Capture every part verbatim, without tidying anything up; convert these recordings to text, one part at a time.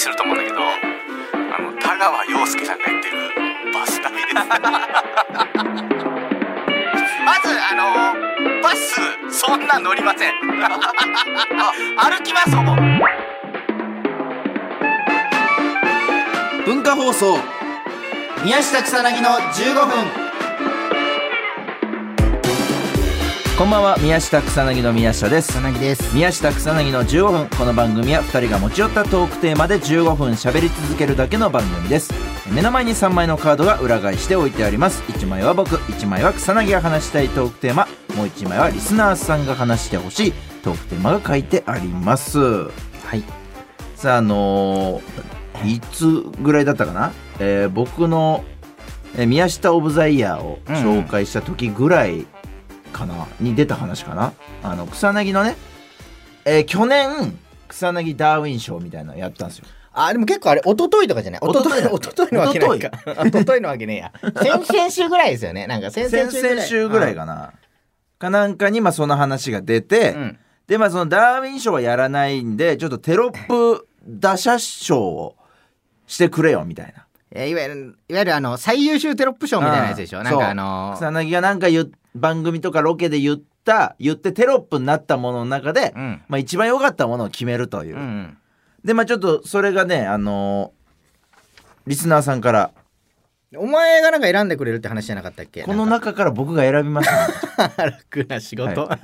すると思うんだけど、あの田川陽介さんがやってるバス旅ですまずあのバスそんな乗りません歩きますほぼ。 文化放送宮下草薙のじゅうごふん。こんばんは、宮下草薙の宮下です。 草薙です。 宮下草薙のじゅうごふん。この番組はふたりが持ち寄ったトークテーマでじゅうごふん喋り続けるだけの番組です。目の前にさんまいのカードが裏返して置いてあります。いちまいは僕、いちまいは草薙が話したいトークテーマ、もういちまいはリスナーさんが話してほしいトークテーマが書いてあります。 はい。 さあ、あのー、いつぐらいだったかな、えー、僕の、えー、宮下オブザイヤーを紹介した時ぐらいかな、うん、に出た話かな。あの草薙のね、えー、去年草薙ダーウィン賞みたいなのやったんですよ。 あ、でも結構あれ一昨日とかじゃない、一昨日一昨日のわけないか一昨日のわけねえや先々週ぐらいですよね。なんか先々週ぐらい先々週ぐらいかな、うん、かなんかに、まあ、その話が出て、うん、でまあそのダーウィン賞はやらないんでちょっとテロップ打者賞をしてくれよみたいな、 えー、いわゆるいわゆるあの最優秀テロップ賞みたいなやつでしょ。なんかあのー、 草薙がなんか言番組とかロケで言った言ってテロップになったものの中で、うん、まあ、一番良かったものを決めるという、うんうん、でまあちょっとそれがね、あのー、リスナーさんからお前がなんか選んでくれるって話じゃなかったっけ。 この中から僕が選びました、ね、 楽な仕事、はい、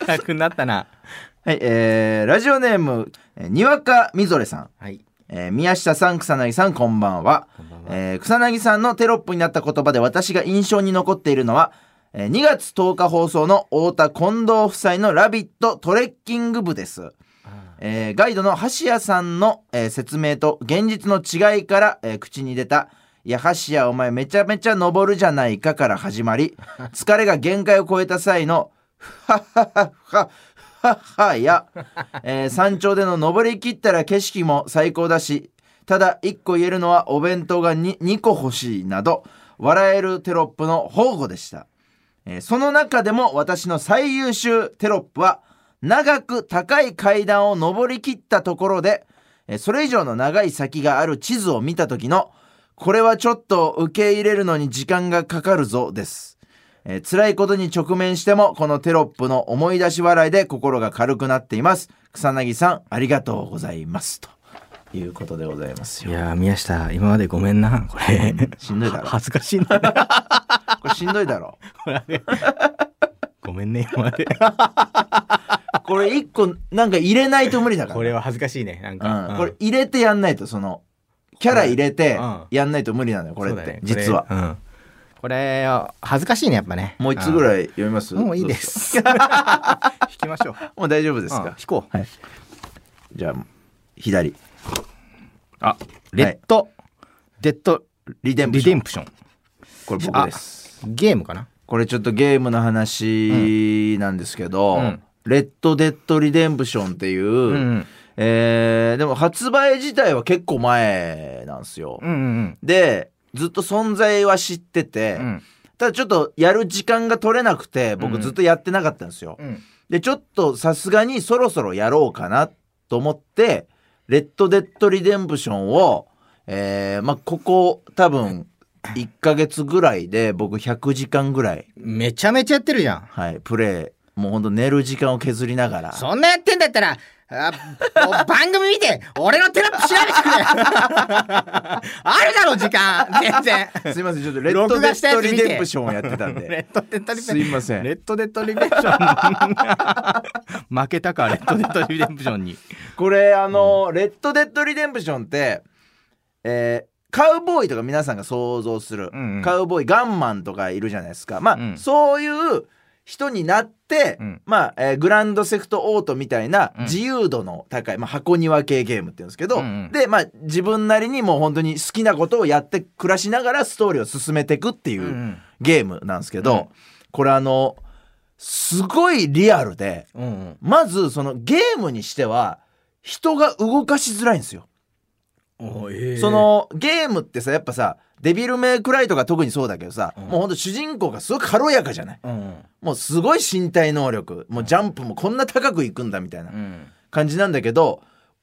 楽になったな。 はい、えー、ラジオネームにわかみぞれさん、はい、えー、宮下さん、草薙さん、こんばんは。こんばんは。えー、草薙さんのテロップになった言葉で私が印象に残っているのは、えー、にがつとおか放送の太田近藤夫妻のラビットトレッキング部です。えー、ガイドの橋谷さんの、えー、説明と現実の違いから、えー、口に出たいや橋谷お前めちゃめちゃ登るじゃないかから始まり疲れが限界を超えた際のふはっはっはっはははや、えー、山頂での登り切ったら景色も最高だし、ただいっこ言えるのはお弁当が 2, にこ欲しいなど笑えるテロップの宝庫でした。えー、その中でも私の最優秀テロップは長く高い階段を登り切ったところで、えー、それ以上の長い先がある地図を見た時のこれはちょっと受け入れるのに時間がかかるぞです。えー、辛いことに直面してもこのテロップの思い出し笑いで心が軽くなっています。草薙さんありがとうございますということでございますよ。 いや宮下今までごめんな。これしんどいだろ恥ずかしいんだよこれしんどいだろごめんね今までこれ一個なんか入れないと無理だから、ね、 これは恥ずかしいね。なんか、 うんうん、これ入れてやんないと、そのキャラ入れてやんないと無理なのよこれって、ね、実は、うん、 これ恥ずかしいねやっぱね。 もう一つぐらい読みます？ もういいです引きましょう。 もう大丈夫ですか？ うん、引こう、はい、 じゃあ左、 あレッド、はい、デッドリデンプション、リデンプションこれ僕です。 ゲームかなこれ。ちょっとゲームの話なんですけど、うん、レッドデッドリデンプションっていう、うんうん、えー、でも発売自体は結構前なんですよ、うんうんうん、でずっと存在は知ってて、うん、ただちょっとやる時間が取れなくて僕ずっとやってなかったんですよ、うん、でちょっとさすがにそろそろやろうかなと思ってレッドデッドリデンプションを、えーまあ、ここ多分いっかげつぐらいで僕ひゃくじかんぐらいめちゃめちゃやってるじゃん。 はい、プレイもうほんと寝る時間を削りながら。 そんなやってんだったらあ番組見て俺のテロップ調べてくれあるだろ時間全然すいません、ちょっとレッドデッドリデンプションをやってたんでレッドデッドリデンプションすいません。 レッドデッドリデンプション負けたかレッドデッドリデンプションに。 これあの、うん、レッドデッドリデンプションってえーカウボーイとか皆さんが想像する、うんうん、カウボーイガンマンとかいるじゃないですか。まあ、うん、そういう人になって、うん、まあ、えー、グランドセフトオートみたいな自由度の高い、まあ、箱庭系ゲームって言うんですけど、うんうん、で、まあ、自分なりにもう本当に好きなことをやって暮らしながらストーリーを進めていくっていうゲームなんですけど、うんうん、これあのすごいリアルで、うんうん、まずそのゲームにしては人が動かしづらいんですよ。えー、そのゲームってさやっぱさデビルメイクライとか特にそうだけどさ、うん、もうほんと主人公がすごく軽やかじゃない、うん、もうすごい身体能力もうジャンプもこんな高くいくんだみたいな感じなんだけど、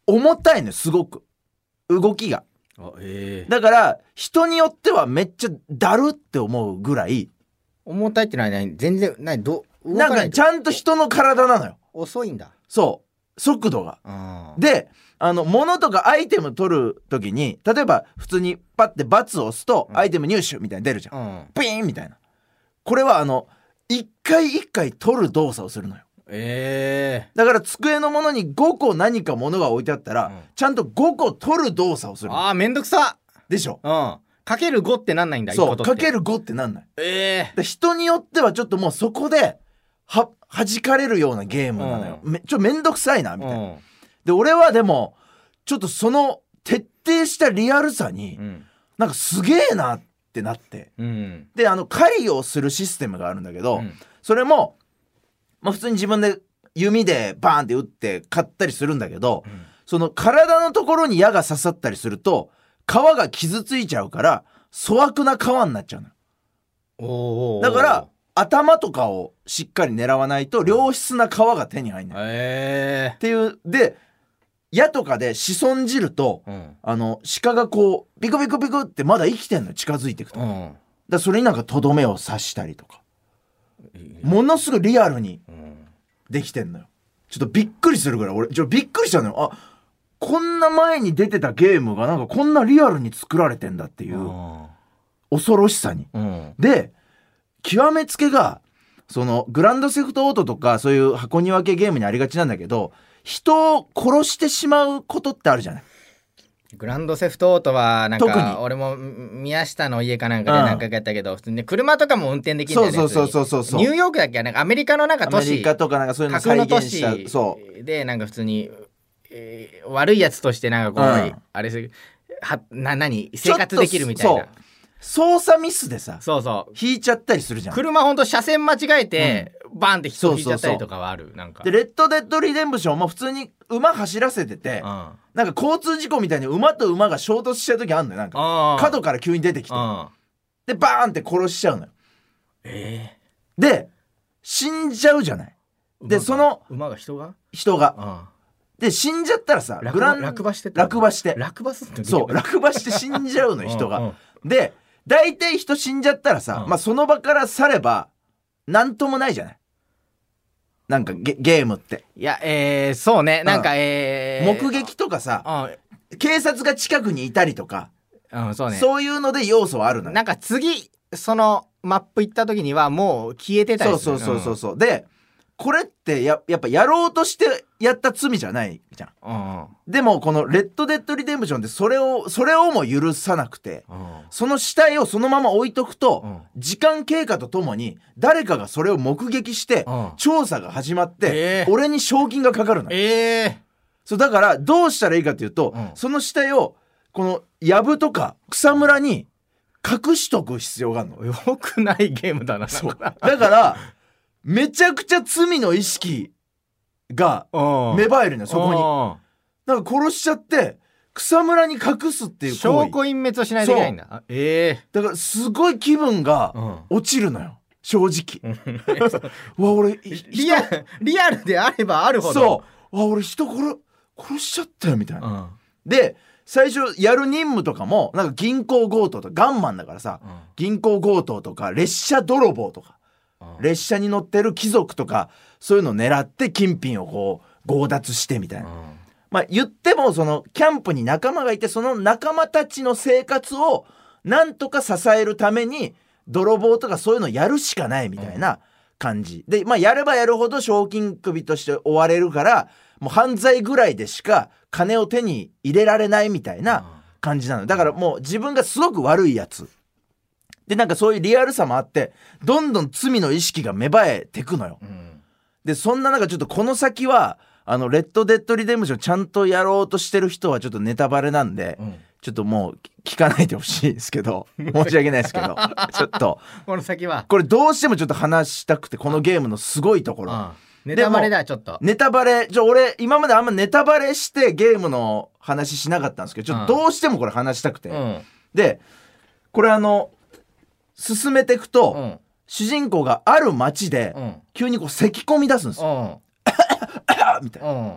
重たいのよすごく動きが。 あ、えー、 だから人によってはめっちゃだるって思うぐらい重たいってのは何全然何ど動なんかないかちゃんと人の体なのよ。 遅いんだ。 そう速度が。 あであの物とかアイテム取る時に例えば普通にパッてバツを押すと、うん、アイテム入手みたいに出るじゃん、うん、ピーンみたいな。これはあの一回一回取る動作をするのよ。 えー、 だから机のものにごこ何か物が置いてあったら、うん、ちゃんとごこ取る動作をする。 あーめんどくさでしょ、 うん、かけるごってなんないんだ。 そうかけるごってなんない。 えー、人によってはちょっともうそこでは弾かれるようなゲームなのよ、うん、めちょめんどくさいなみたいな、うん、で俺はでもちょっとその徹底したリアルさに、うん、なんかすげえなってなって、うん、であの狩りをするシステムがあるんだけど、うん、それもまあ、普通に自分で弓でバーンって撃って買ったりするんだけど、うん、その体のところに矢が刺さったりすると皮が傷ついちゃうから粗悪な皮になっちゃうの。 おーだから頭とかをしっかり狙わないと良質な皮が手に入んない、 えー、 っていうで矢とかで子孫汁と、うん、あの鹿がこうビクビクビクってまだ生きてんの近づいていくと、うん、だそれになんかとどめを刺したりとかものすごいリアルにできてんのよ。ちょっとびっくりするぐらい俺ちょっとびっくりしたのよ。あこんな前に出てたゲームがなんかこんなリアルに作られてんだっていう恐ろしさに、うん、で極めつけがそのグランドセフトオートとかそういう箱庭系ゲームにありがちなんだけど人を殺してしまうことってあるじゃない。 グランドセフトオートはなんか俺も宮下の家かなんかで何回かやったけど、うん、普通に、ね、車とかも運転できるんだよね。 そうそうそうそうそう。 ニューヨークだっけなんかアメリカのなんか都市アメリカとかなんかそういうの再現したそうでなんか普通に、えー、悪いやつとしてなんかこう、うん、あれするはな何生活できるみたいな。 操作ミスでさそうそう引いちゃったりするじゃん。 車ほんと車線間違えて、うん、バンって人引いちゃったりとかはある。なんかでレッドデッドリデンプションも普通に馬走らせてて、うん、なんか交通事故みたいに馬と馬が衝突しちゃう時あるのよ。なんか角から急に出てきてでバーンって殺しちゃうのよ。 えー、で死んじゃうじゃない。でその馬が人が人がで死んじゃったらさグラン落馬して落馬して落馬すんのそう落馬して死んじゃうのよ人が。うんうん、で大体人死んじゃったらさ、うん、まあその場から去ればなんともないじゃない。なんか ゲ, ゲームっていやえー、そうねなんか、うん、えー、目撃とかさ、うん、警察が近くにいたりとか、 うんそうね、 そういうので要素はあるのよ。 なんか次そのマップ行った時にはもう消えてたりする。 そうそうそうそう、うん、でこれってややっぱやろうとしてやった罪じゃないじゃん、うん、でもこのレッドデッドリデンプションってそれをそれをも許さなくて、うん、その死体をそのまま置いとくと、うん、時間経過とともに誰かがそれを目撃して、うん、調査が始まって、えー、俺に賞金がかかるのよ。 えー、 そうだからどうしたらいいかっていうと、うん、その死体をこの藪とか草むらに隠しとく必要があるの。 よくないゲームだな。 そうだからめちゃくちゃ罪の意識が芽生えるのよそこに。なんか殺しちゃって草むらに隠すっていう行為、 証拠隠滅をしないといけないんだ。えー、だからすごい気分が落ちるのよ正直。うわ俺リアリアルであればあるほどそうわ俺人殺殺しちゃったよみたいな、うん、で最初やる任務とかもなんか銀行強盗とかガンマンだからさ、うん、銀行強盗とか列車泥棒とか列車に乗ってる貴族とかそういうのを狙って金品をこう強奪してみたいな、うん、まあ言ってもそのキャンプに仲間がいてその仲間たちの生活をなんとか支えるために泥棒とかそういうのをやるしかないみたいな感じ、うん、でまあやればやるほど賞金首として追われるからもう犯罪ぐらいでしか金を手に入れられないみたいな感じなの。だからもう自分がすごく悪いやつでなんかそういうリアルさもあってどんどん罪の意識が芽生えてくのよ、うん、でそんな中ちょっとこの先はあのレッドデッドリデンプションちゃんとやろうとしてる人はちょっとネタバレなんで、うん、ちょっともう聞かないでほしいですけど申し訳ないですけどちょっとこの先はこれどうしてもちょっと話したくてこのゲームのすごいところ、うん、 ネタバレだちょっとネタバレちょ俺今まであんまネタバレしてゲームの話しなかったんですけどちょっとどうしてもこれ話したくて、うん、でこれあの進めていくと、うん、主人公がある街で、うん、急にこう咳込み出すんですよ、うん、みたいな、うん、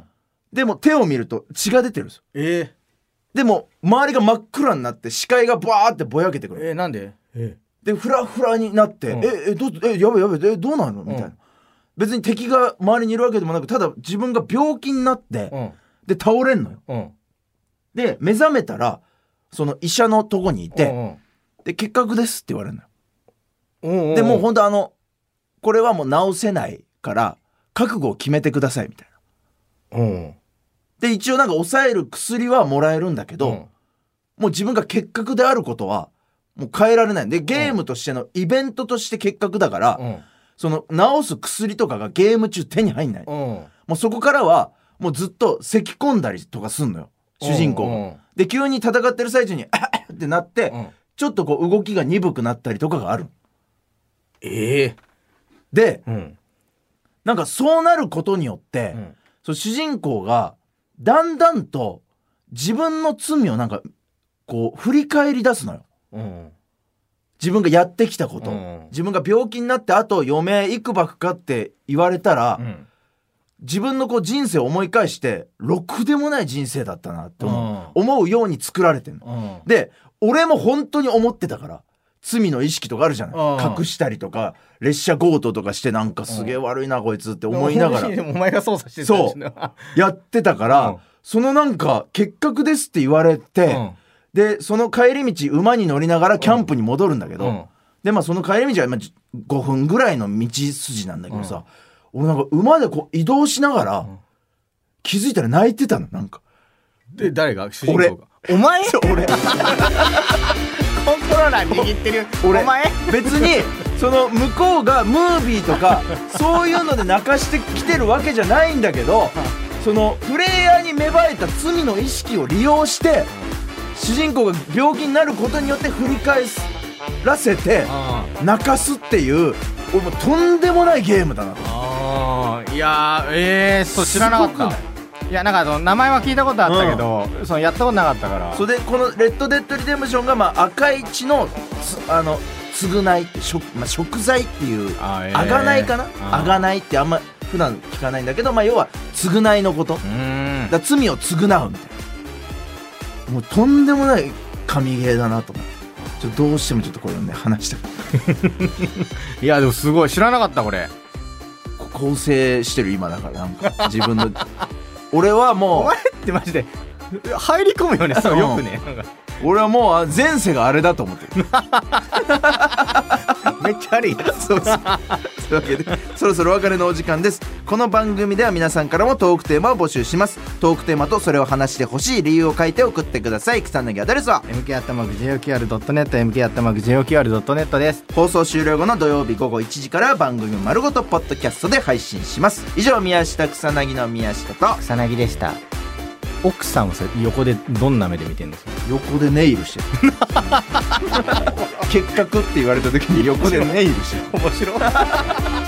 でも手を見ると血が出てるんですよ。 えでも周りが真っ暗になって視界がバーってぼやけてくー、 る。 えー、なんで、えでフラフラになって、 うん、 ええどえやべやべえどうなのみたいな、 うん、 別に敵が周りにいるわけでもなく、ただ自分が病気になって、 うん、 で倒れんのよ、 うん、 で目覚めたらその医者のとこにいて、 うんうん、で結核ですって言われるのよ、 うんうん、 でもうほんとあのこれはもう治せないから覚悟を決めてくださいみたいな、うん、で一応なんか抑える薬はもらえるんだけど、うん、もう自分が結核であることはもう変えられないんで、ゲームとしてのイベントとして結核だから、うん、その治す薬とかがゲーム中手に入んない、うん、もうそこからはもうずっと咳込んだりとかすんのよ主人公が、うんうん、で急に戦ってる最中にあっってなって、うん、ちょっとこう動きが鈍くなったりとかがある。 ええー、 で、うん、なんかそうなることによって、うん、その主人公がだんだんと自分の罪をなんかこう振り返り出すのよ、うん、自分がやってきたこと、うん、自分が病気になってあと余命いくばくかって言われたら、うん、自分のこう人生を思い返してろくでもない人生だったなって思う、うん、思うように作られてるの、うん、で俺も本当に思ってたから罪の意識とかあるじゃない、うん、隠したりとか列車強盗とかしてなんかすげえ悪いな、うん、こいつって思いながら、 でもお前が操作してたそうやってたから、うん、そのなんか結核ですって言われて、うん、でその帰り道馬に乗りながらキャンプに戻るんだけど、うん、でまあその帰り道はごふんぐらいの道筋なんだけどさ、うん、俺なんか馬でこう移動しながら、うん、気づいたら泣いてたのなんか。 で誰が主人公がお前俺コントローラー握ってる俺お前別にその向こうがムービーとかそういうので泣かしてきてるわけじゃないんだけど、そのプレイヤーに芽生えた罪の意識を利用して主人公が病気になることによって振り返らせて泣かすっていう俺もとんでもないゲームだなと。 あいやえー、そう知らなかった。いやなんかその名前は聞いたことあったけど、うん、そのやったことなかったから。 それでこのレッドデッドリデンプションが、まあ、赤い血のあの償いって食、まあ、食材っていうあ、えー、あがないかなあがないってあんま普段聞かないんだけど、まあ、要は償いのことうんだ罪を償うみたいな、もうとんでもない神ゲーだなと思ってちょっとどうしてもちょっとこれをね話したいやでもすごい知らなかったこれ構成してる今だからなんか自分の俺はもうお前ってマジで入り込むよねそうよくね、 うん、俺はもう前世があれだと思ってるめっちゃ悪いそうそうというわけでそろそろお別れのお時間です。この番組では皆さんからもトークテーマを募集します。トークテーマとそれを話してほしい理由を書いて送ってください。草薙アドレスはエムケーアットマークジェイオーキューアールドットネット エムケーアットマークジェイオーキューアールドットネット です。 放送終了後の土曜日午後いちじから番組丸ごとポッドキャストで配信します。以上宮下草薙の宮下と草薙でした。奥さんは横でどんな目で見てるんですか？ 横でネイルしてる結核って言われた時に横でネイルしてる面白い